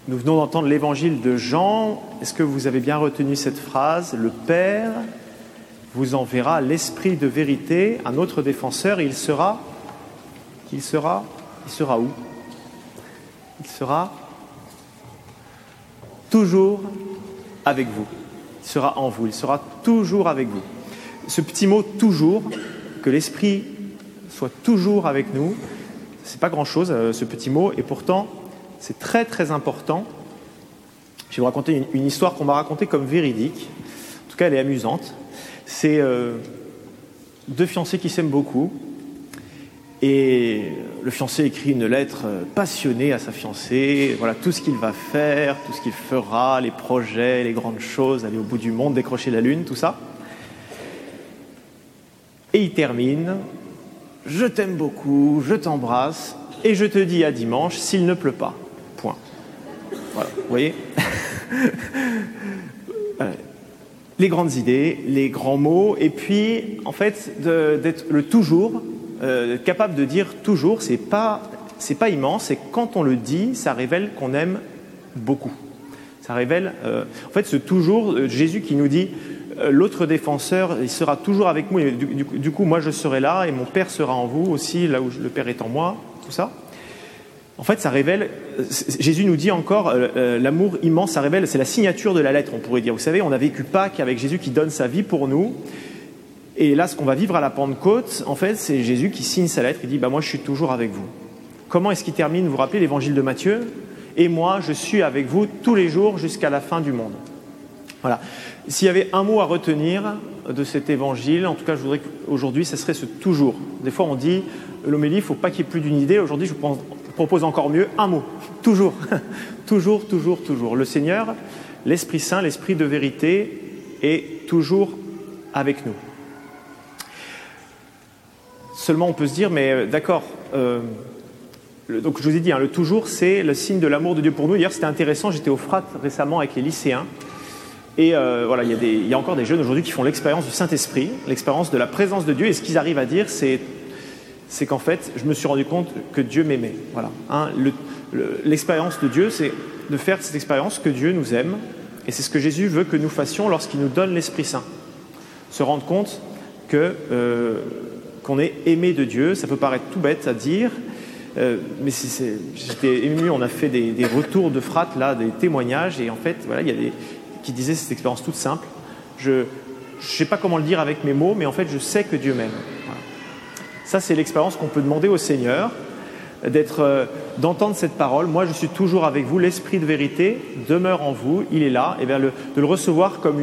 Nous venons d'entendre l'évangile de Jean. Est-ce que vous avez bien retenu cette phrase ? Le Père vous enverra l'Esprit de vérité, un autre défenseur, et il sera où ? Il sera toujours avec vous. Il sera en vous, il sera toujours avec vous. Ce petit mot « toujours », que l'Esprit soit toujours avec nous, c'est pas grand-chose, ce petit mot, et pourtant, c'est très très important. Je vais vous raconter une histoire qu'on m'a racontée comme véridique. En tout cas, elle est amusante. C'est deux fiancés qui s'aiment beaucoup. Et le fiancé écrit une lettre passionnée à sa fiancée. Voilà tout ce qu'il va faire, tout ce qu'il fera, les projets, les grandes choses, aller au bout du monde, décrocher la lune, tout ça. Et il termine « Je t'aime beaucoup, je t'embrasse et je te dis à dimanche s'il ne pleut pas. » Point. Voilà, vous voyez ? Les grandes idées, les grands mots, et puis, en fait, d'être le toujours, capable de dire toujours, c'est pas immense, et quand on le dit, ça révèle qu'on aime beaucoup. Ça révèle, en fait, ce toujours, Jésus qui nous dit, l'autre défenseur, il sera toujours avec moi, et du coup, moi je serai là, et mon Père sera en vous aussi, là où le Père est en moi, tout ça. En fait, ça révèle, Jésus nous dit encore, l'amour immense, ça révèle, c'est la signature de la lettre, on pourrait dire. Vous savez, on a vécu Pâques avec Jésus qui donne sa vie pour nous, et là, ce qu'on va vivre à la Pentecôte, en fait, c'est Jésus qui signe sa lettre, il dit, moi je suis toujours avec vous. Comment est-ce qu'il termine ? Vous vous rappelez l'évangile de Matthieu ? Et moi, je suis avec vous tous les jours jusqu'à la fin du monde. Voilà. S'il y avait un mot à retenir de cet évangile, en tout cas, je voudrais qu'aujourd'hui, ce serait ce « toujours ». Des fois, on dit, l'homélie, il ne faut pas qu'il y ait plus d'une idée. Aujourd'hui, je propose encore mieux un mot. Toujours. Toujours, toujours, toujours. Le Seigneur, l'Esprit Saint, l'Esprit de vérité est toujours avec nous. Seulement, on peut se dire, mais d'accord, donc je vous ai dit, le toujours, c'est le signe de l'amour de Dieu pour nous. D'ailleurs, c'était intéressant, j'étais au FRAT récemment avec les lycéens. Et voilà, il y a encore des jeunes aujourd'hui qui font l'expérience du Saint-Esprit, l'expérience de la présence de Dieu. Et ce qu'ils arrivent à dire, c'est qu'en fait, je me suis rendu compte que Dieu m'aimait. Voilà. L'expérience de Dieu, c'est de faire cette expérience que Dieu nous aime. Et c'est ce que Jésus veut que nous fassions lorsqu'il nous donne l'Esprit Saint. Se rendre compte qu'on est aimé de Dieu. Ça peut paraître tout bête à dire, mais j'étais ému. On a fait des retours de FRAT, là, des témoignages. Et en fait, voilà, il y a qui disaient cette expérience toute simple. Je ne sais pas comment le dire avec mes mots, mais en fait, je sais que Dieu m'aime. Voilà. Ça, c'est l'expérience qu'on peut demander au Seigneur, d'entendre cette parole. Moi, je suis toujours avec vous. L'Esprit de vérité demeure en vous. Il est là. Et bien, de le recevoir comme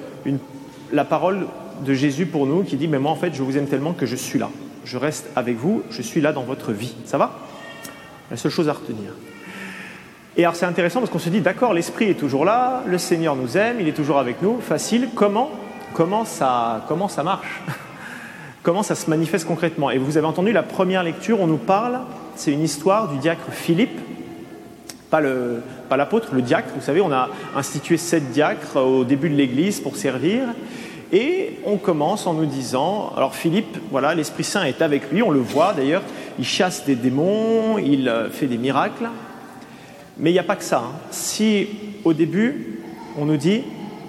la parole de Jésus pour nous, qui dit, mais moi, en fait, je vous aime tellement que je suis là. Je reste avec vous. Je suis là dans votre vie. Ça va ? La seule chose à retenir. Et alors c'est intéressant parce qu'on se dit, d'accord, l'Esprit est toujours là, le Seigneur nous aime, il est toujours avec nous, facile, comment ça marche ? Comment ça se manifeste concrètement ? Et vous avez entendu la première lecture, on nous parle, c'est une histoire du diacre Philippe, pas l'apôtre, le diacre. Vous savez, on a institué 7 diacres au début de l'Église pour servir, et on commence en nous disant, alors Philippe, voilà, l'Esprit Saint est avec lui, on le voit d'ailleurs, il chasse des démons, il fait des miracles. Mais il n'y a pas que ça. Si, au début, on nous dit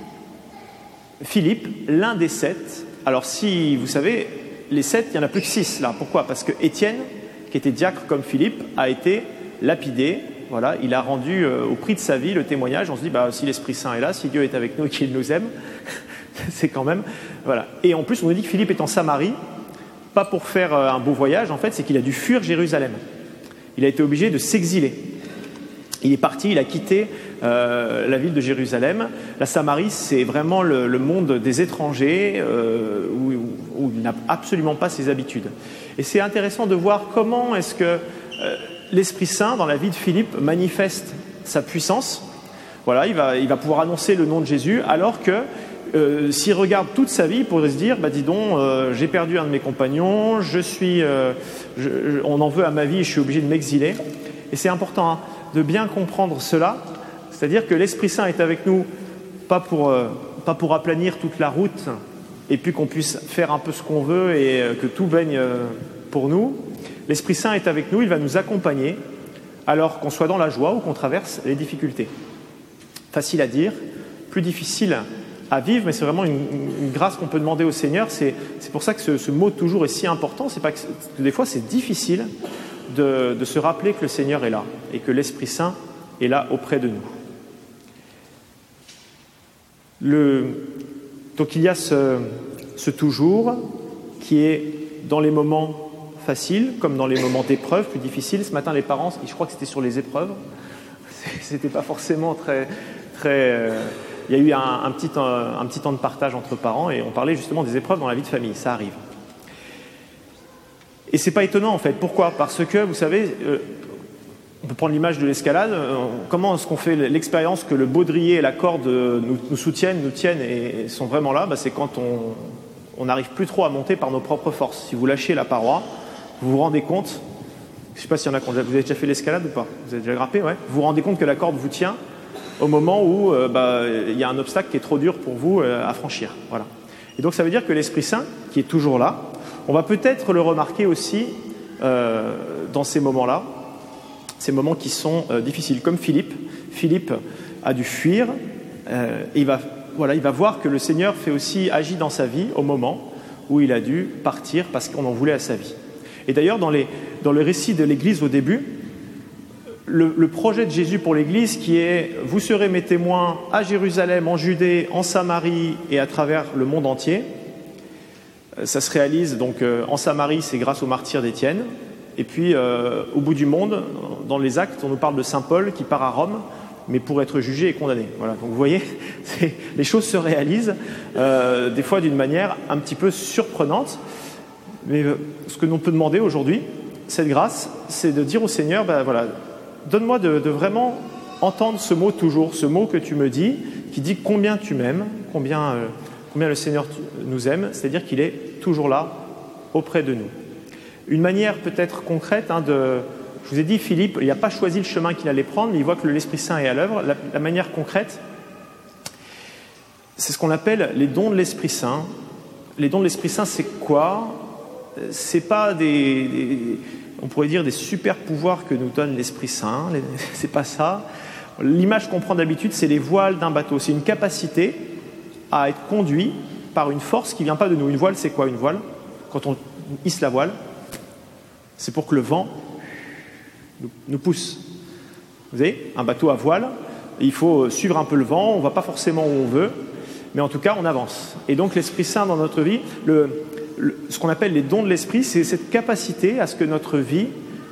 Philippe, l'un des 7, alors si, vous savez, les 7, il n'y en a plus que 6 là. Pourquoi ? Parce que Étienne, qui était diacre comme Philippe, a été lapidé. Voilà, il a rendu au prix de sa vie le témoignage. On se dit, si l'Esprit Saint est là, si Dieu est avec nous et qu'il nous aime, c'est quand même... Voilà. Et en plus, on nous dit que Philippe est en Samarie, pas pour faire un beau voyage, en fait, c'est qu'il a dû fuir Jérusalem. Il a été obligé de s'exiler. Il est parti, il a quitté la ville de Jérusalem. La Samarie, c'est vraiment le monde des étrangers où il n'a absolument pas ses habitudes. Et c'est intéressant de voir comment est-ce que l'Esprit Saint, dans la vie de Philippe, manifeste sa puissance. Voilà, il va pouvoir annoncer le nom de Jésus, alors que s'il regarde toute sa vie, il pourrait se dire, dis donc, j'ai perdu un de mes compagnons, on en veut à ma vie et je suis obligé de m'exiler. Et c'est important de bien comprendre cela, c'est-à-dire que l'Esprit Saint est avec nous, pas pour aplanir toute la route, et puis qu'on puisse faire un peu ce qu'on veut et que tout baigne pour nous. L'Esprit Saint est avec nous, il va nous accompagner alors qu'on soit dans la joie ou qu'on traverse les difficultés. Facile à dire, plus difficile à vivre, mais c'est vraiment une grâce qu'on peut demander au Seigneur. C'est pour ça que ce mot toujours est si important. C'est pas que des fois c'est difficile de se rappeler que le Seigneur est là et que l'Esprit Saint est là auprès de nous. Donc il y a ce toujours qui est dans les moments faciles comme dans les moments d'épreuve, plus difficiles. Ce matin, les parents, je crois que c'était sur les épreuves. C'était pas forcément très. Il y a eu un petit temps de partage entre parents et on parlait justement des épreuves dans la vie de famille. Ça arrive. Et c'est pas étonnant en fait. Pourquoi ? Parce que vous savez, on peut prendre l'image de l'escalade. Comment est-ce qu'on fait l'expérience que le baudrier et la corde nous soutiennent, nous tiennent et sont vraiment là ? C'est quand on n'arrive plus trop à monter par nos propres forces. Si vous lâchez la paroi, vous vous rendez compte. Je ne sais pas s'il y en a qui vous avez déjà fait l'escalade ou pas. Vous avez déjà grimpé, ouais. Vous vous rendez compte que la corde vous tient au moment où il y a un obstacle qui est trop dur pour vous à franchir. Voilà. Et donc ça veut dire que l'Esprit Saint, qui est toujours là, on va peut-être le remarquer aussi dans ces moments-là, ces moments qui sont difficiles. Comme Philippe. Philippe a dû fuir et il va voir que le Seigneur agit dans sa vie au moment où il a dû partir parce qu'on en voulait à sa vie. Et d'ailleurs, dans le récit de l'Église au début, le projet de Jésus pour l'Église qui est « Vous serez mes témoins à Jérusalem, en Judée, en Samarie et à travers le monde entier », ça se réalise donc en Samarie, c'est grâce au martyr d'Étienne. Et puis au bout du monde, dans les Actes, on nous parle de Saint Paul qui part à Rome, mais pour être jugé et condamné. Voilà. Donc vous voyez, les choses se réalisent des fois d'une manière un petit peu surprenante. Mais ce que l'on peut demander aujourd'hui, cette grâce, c'est de dire au Seigneur, donne-moi de vraiment entendre ce mot toujours, ce mot que tu me dis, qui dit combien tu m'aimes, combien le Seigneur nous aime, c'est-à-dire qu'il est toujours là, auprès de nous. Une manière peut-être concrète, je vous ai dit, Philippe, il n'a pas choisi le chemin qu'il allait prendre, mais il voit que l'Esprit Saint est à l'œuvre. La manière concrète, c'est ce qu'on appelle les dons de l'Esprit Saint. Les dons de l'Esprit Saint, c'est quoi ? C'est pas on pourrait dire des super pouvoirs que nous donne l'Esprit Saint. C'est pas ça. L'image qu'on prend d'habitude, c'est les voiles d'un bateau. C'est une capacité à être conduit par une force qui ne vient pas de nous. Une voile, c'est quoi une voile ? Quand on hisse la voile, c'est pour que le vent nous pousse. Vous voyez, un bateau à voile, il faut suivre un peu le vent, on ne va pas forcément où on veut, mais en tout cas, on avance. Et donc, l'Esprit Saint dans notre vie, ce qu'on appelle les dons de l'Esprit, c'est cette capacité à ce que notre vie,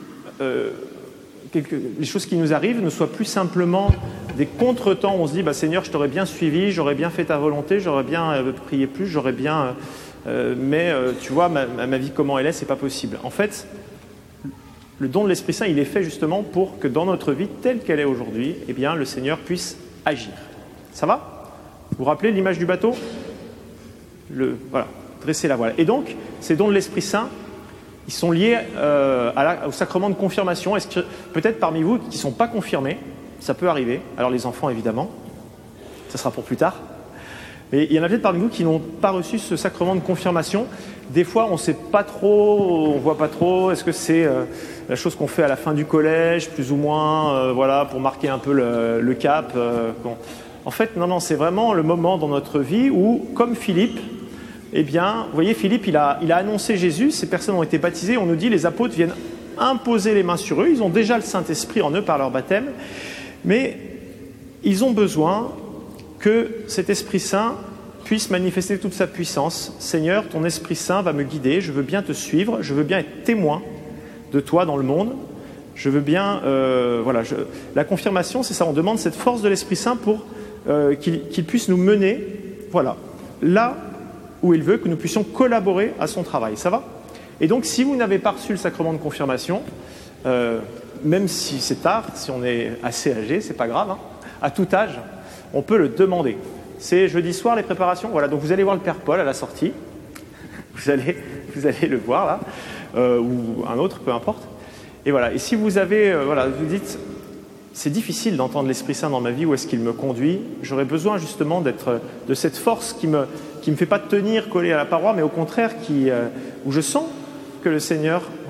les choses qui nous arrivent, ne soient plus simplement des contretemps où on se dit Seigneur, je t'aurais bien suivi, j'aurais bien fait ta volonté, j'aurais bien prié plus, j'aurais bien... mais tu vois, ma vie, comment elle est, c'est pas possible. En fait, le don de l'Esprit Saint, il est fait justement pour que dans notre vie, telle qu'elle est aujourd'hui, eh bien, le Seigneur puisse agir. Ça va ? Vous vous rappelez l'image du bateau ? Voilà, dresser la voile. Et donc, ces dons de l'Esprit Saint, ils sont liés au sacrement de confirmation. Est-ce que peut-être parmi vous qui ne sont pas confirmés, ça peut arriver, alors les enfants évidemment, ça sera pour plus tard, mais il y en a peut-être parmi vous qui n'ont pas reçu ce sacrement de confirmation. Des fois, on ne sait pas trop, on ne voit pas trop. Est-ce que c'est la chose qu'on fait à la fin du collège, plus ou moins, pour marquer un peu le cap En fait, non, c'est vraiment le moment dans notre vie où, comme Philippe, eh bien, vous voyez, Philippe, il a annoncé Jésus, ces personnes ont été baptisées, on nous dit, les apôtres viennent imposer les mains sur eux, ils ont déjà le Saint-Esprit en eux par leur baptême, mais ils ont besoin que cet Esprit Saint puisse manifester toute sa puissance. Seigneur, ton Esprit Saint va me guider, je veux bien te suivre, je veux bien être témoin de toi dans le monde, je veux bien... La confirmation, c'est ça, on demande cette force de l'Esprit Saint pour qu'il puisse nous mener, là où il veut, que nous puissions collaborer à son travail. Ça va ? Et donc, si vous n'avez pas reçu le sacrement de confirmation, même si c'est tard, si on est assez âgé, c'est pas grave, à tout âge, on peut le demander. C'est jeudi soir les préparations. Voilà, donc vous allez voir le Père Paul à la sortie. Vous allez le voir là, ou un autre, peu importe. Et voilà. Et si vous avez, vous dites, c'est difficile d'entendre l'Esprit Saint dans ma vie. Où est-ce qu'il me conduit ? J'aurais besoin justement de cette force qui me fait pas tenir collé à la paroi, mais au contraire où je sens que le Seigneur,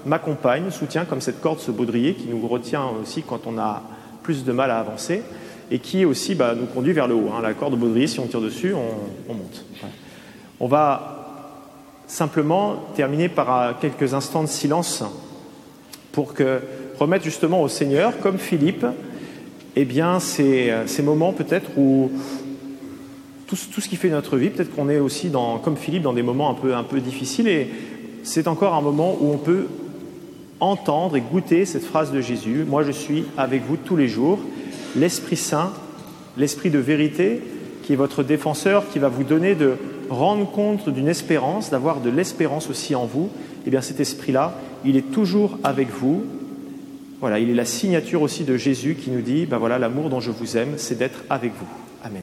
m'accompagne, soutient, comme cette corde, ce baudrier qui nous retient aussi quand on a plus de mal à avancer, et qui aussi nous conduit vers le haut. La corde au baudrier, si on tire dessus, on monte. Voilà. On va simplement terminer par quelques instants de silence pour remettre justement au Seigneur, comme Philippe, ces moments peut-être où tout ce qui fait notre vie, peut-être qu'on est aussi, comme Philippe, dans des moments un peu difficiles, et c'est encore un moment où on peut entendre et goûter cette phrase de Jésus, « Moi je suis avec vous tous les jours ». L'Esprit Saint, l'Esprit de vérité, qui est votre défenseur, qui va vous donner de rendre compte d'une espérance, d'avoir de l'espérance aussi en vous, et bien cet Esprit-là, il est toujours avec vous. Voilà, il est la signature aussi de Jésus qui nous dit, voilà, l'amour dont je vous aime, c'est d'être avec vous.